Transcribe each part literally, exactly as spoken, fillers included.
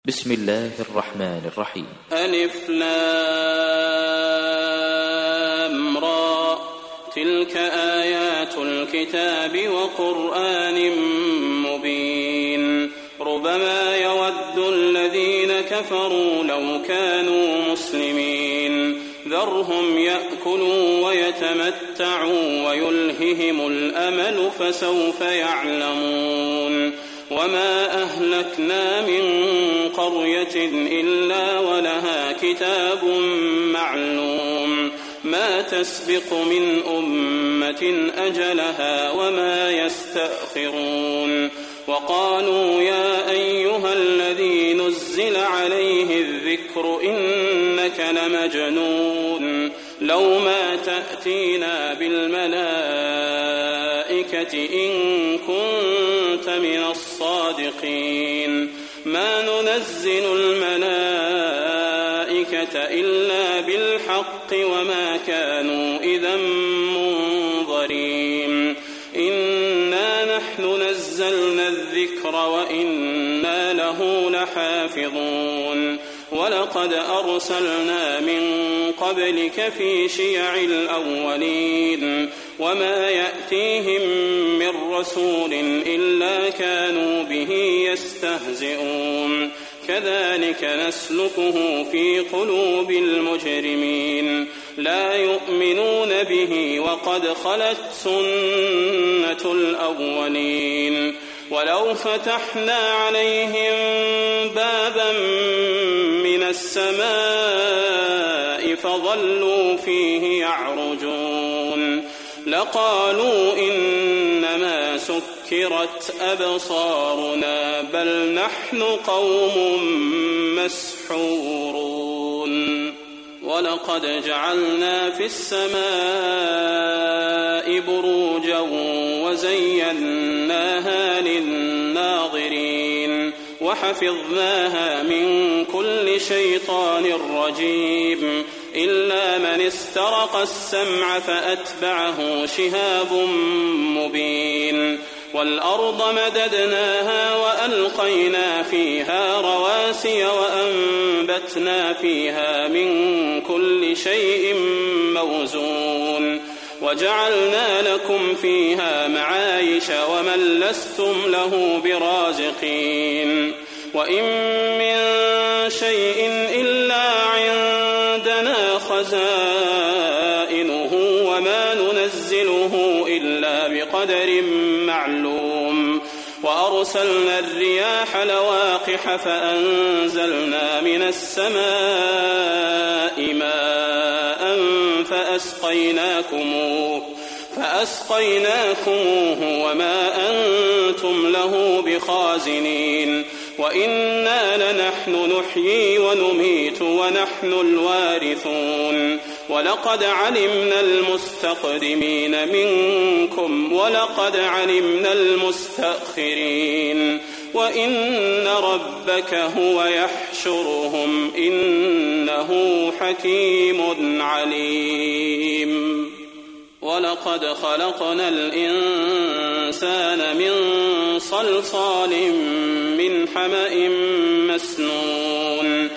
بسم الله الرحمن الرحيم. ألف لام را، تلك آيات الكتاب وقرآن مبين. ربما يود الذين كفروا لو كانوا مسلمين، ذرهم يأكلوا ويتمتعوا ويلههم الأمل فسوف يعلمون. وما أهلكنا من قرية إلا ولها كتاب معلوم، ما تسبق من أمة أجلها وما يستأخرون. وقالوا يا أيها الذي نزل عليه الذكر إنك لمجنون، لو ما تأتينا بالملائكة إن كنت من الصادقين. ما ننزل الملائكة إلا بالحق وما كانوا إذا منظرين. إنا نحن نزلنا الذكر وإنا له لحافظون. ولقد أرسلنا من قبلك في شيع الأولين، وما يأتيهم من رسول إلا كانوا به يستهزئون. كذلك نسلكه في قلوب المجرمين، لا يؤمنون به وقد خلت سنة الأولين. ولو فتحنا عليهم بابا من السماء فظلوا فيه يعرجون لقالوا إنما سكرت أبصارنا بل نحن قوم مسحورون. ولقد جعلنا في السماء بروجا وزيناها للناظرين وحفظناها من كل شيطان رجيم إلا من استرق السمع فأتبعه شهاب مبين. والأرض مددناها وألقينا فيها رواسي وأنبتنا فيها من كل شيء موزون وجعلنا لكم فيها معايش ومن لستم له برازقين. وإن من شيء إلا عندنا خزائنه وما ننزله إلا بقدر معلوم. وأرسلنا الرياح لواقح فأنزلنا من السماء ماء فأسقيناكموه فأسقيناكموه وما أنتم له بخازنين. وإنا لنحن نحيي ونميت ونحن الوارثون. ولقد علمنا المستقدمين منكم ولقد علمنا المستأخرين. وإن ربك هو يحشرهم إنه حكيم عليم. ولقد خلقنا الإنسان من صلصال من حمأ مسنون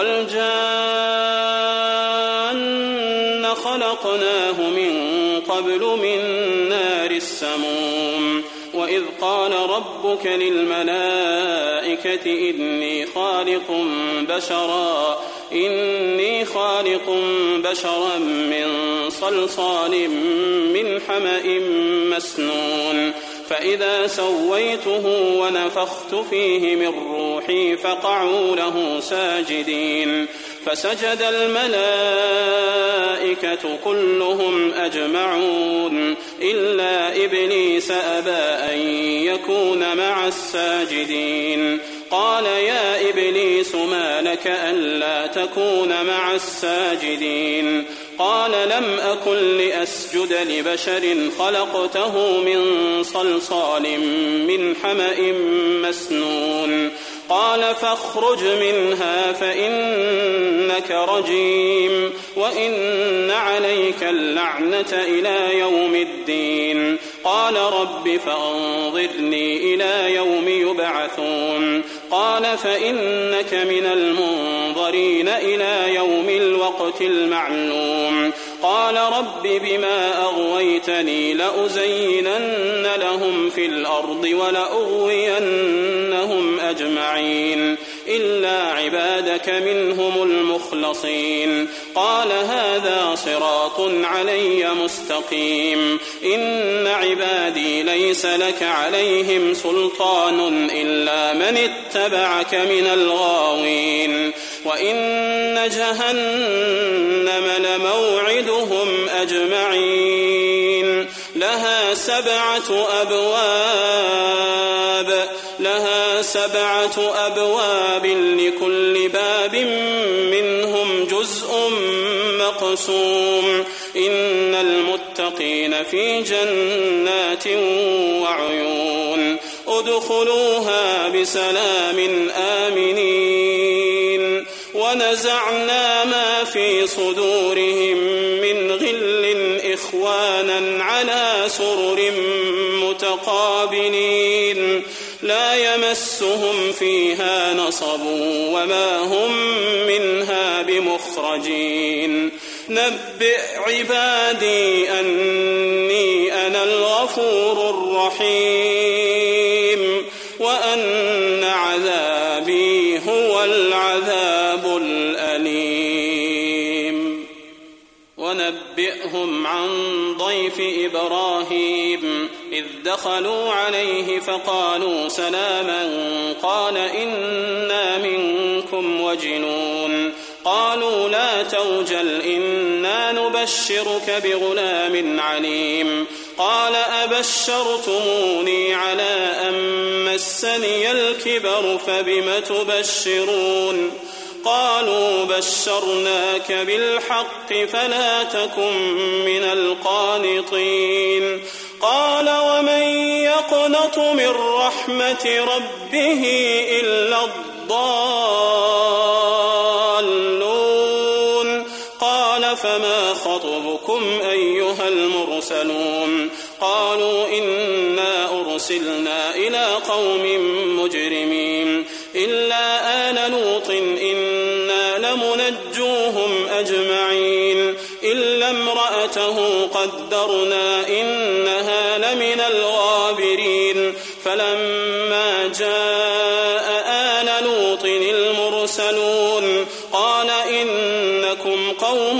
والجان خلقناه من قبل من نار السموم. وإذ قال ربك للملائكة إني خالق بشرا إني خالق بشرا من صلصال من حمأ مسنون فإذا سويته ونفخت فيه من روحي فقعوا له ساجدين. فسجد الملائكة كلهم أجمعون إلا إبليس أبى أن يكون مع الساجدين. قال يا إبليس ما لك ألا تكون مع الساجدين؟ قال لم أكن لأسجد لبشر خلقته من صلصال من حمأ مسنون. قال فاخرج منها فإنك رجيم وإن عليك اللعنة إلى يوم الدين. قال رب فأنظرني إلى يوم يبعثون. قال فإنك من المنظرين إلى يوم الوقت المعلوم قال رب بما أغويتني لأزينن لهم في الأرض ولأغوينهم أجمعين إلا عبادك منهم المخلصين قال هذا صراط علي مستقيم إن عبادي ليس لك عليهم سلطان إلا من اتبعك من الغاوين وإن جهنم لموعدهم أجمعين لها سبعة أبواب لها سبعة أبواب لكل باب منهم جزء مقسوم إن المتقين في جنات وعيون ادخلوها بسلام آمنين ونزعنا ما في صدورهم من غل إخوانا على سرر متقابلين لا يمسهم فيها نصب وما هم منها بمخرجين نبئ عبادي أني أنا الغفور الرحيم وأن عذابي هو العذاب الأليم ونبئهم عن ضيف إبراهيم إذ دخلوا عليه فقالوا سلاما قال إنا منكم وجلون قالوا لا توجل إنا نبشرك بغلام عليم قال أبشرتموني على أن مسني الكبر فبم تبشرون قالوا بشرناك بالحق فلا تكن من القانطين قال ومن يقنط من رحمة ربه إلا الضالون قال فما خطبكم أيها المرسلون قالوا إنا أرسلنا إلى قوم مجرمين إلا آل لوط إنا لمنجوهم أجمعين إلا امرأته قدرنا إنها لمن الغابرين فلما جاء آل لوط المرسلون قال إنكم قوم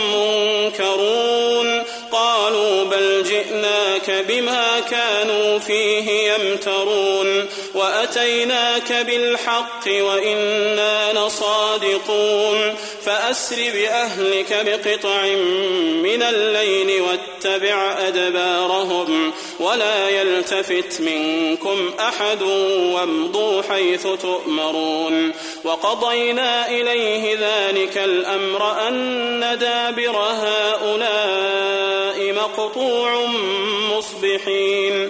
منكرون قالوا بل جئناك بما كانوا فيه يمترون وأتيناك بالحق وإنا لصادقون فأسر بأهلك بقطع من الليل واتبع أدبارهم ولا يلتفت منكم أحد وامضوا حيث تؤمرون وقضينا إليه ذلك الأمر أن دابر هؤلاء مقطوع مصبحين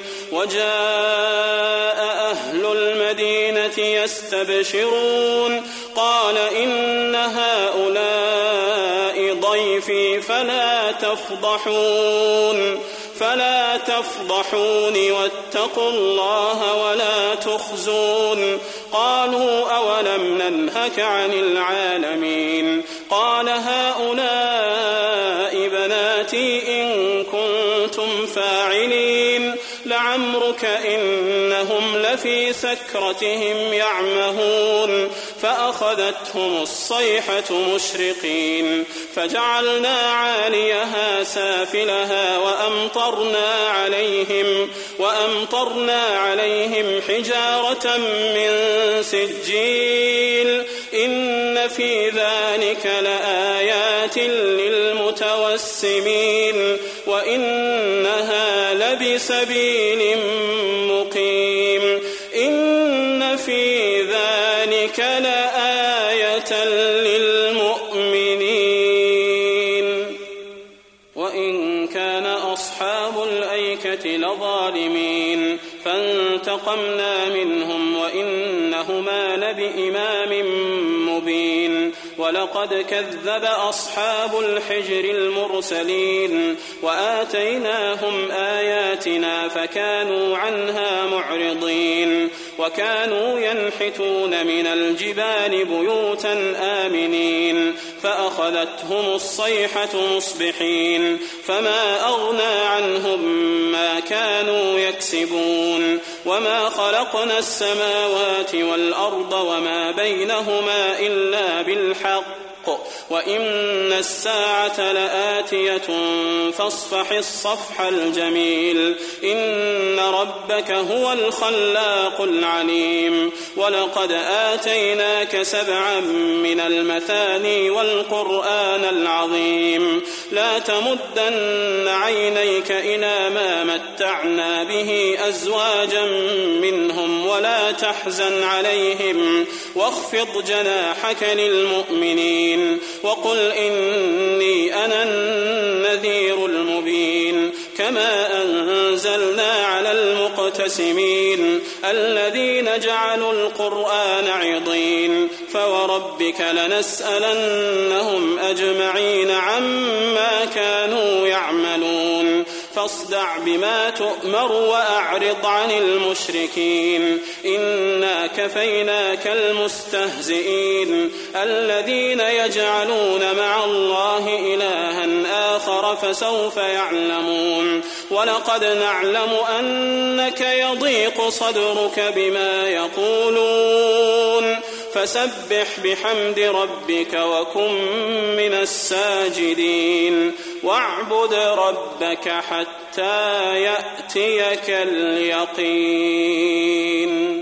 وجاء أهل المدينة يستبشرون قال إن هؤلاء ضيفي فلا تفضحون فلا تفضحون واتقوا الله ولا تخزون قالوا أولم ننهك عن العالمين قال هؤلاء بناتي إن كنتم فاعلين لعمرك إنهم لفي سكرتهم يعمهون فأخذتهم الصيحة مشرقين فجعلنا عاليها سافلها وأمطرنا عليهم وأمطرنا عليهم حجارة من سجيل إن في ذلك لآيات للمتوسمين وإنها لبسبيل مقيم إن في ذلك لآية للمؤمنين وإن كان أصحاب الأيكة لظالمين فانتقمنا منهم وإنهما لبإمام مبين ولقد كذب أصحاب الحجر المرسلين وآتيناهم آياتنا فكانوا عنها معرضين وكانوا ينحتون من الجبال بيوتا آمنين فأخذتهم الصيحة مصبحين فما أغنى عنهم ما كانوا يكسبون وما خلقنا السماوات والأرض وما بينهما إلا بالحق وإن الساعة لآتية فاصفح الصفح الجميل إن ربك هو الخلاق العليم ولقد آتيناك سبعا من المثاني والقرآن العظيم لا تمدن عينيك إلى ما متعنا به أزواجا منهم ولا تحزن عليهم واخفض جناحك للمؤمنين وقل إني أنا النذير المبين كما أنزلنا على المقتسمين الذين جعلوا القرآن عضين فوربك لنسألنهم أجمعين عما كانوا يعملون فاصدع بما تؤمر وأعرض عن المشركين إنا كفيناك المستهزئين الذين يجعلون مع الله إلها آخر فسوف يعلمون ولقد نعلم أنك يضيق صدرك بما يقولون فسبح بحمد ربك وكن من الساجدين واعبد ربك حتى يأتيك اليقين.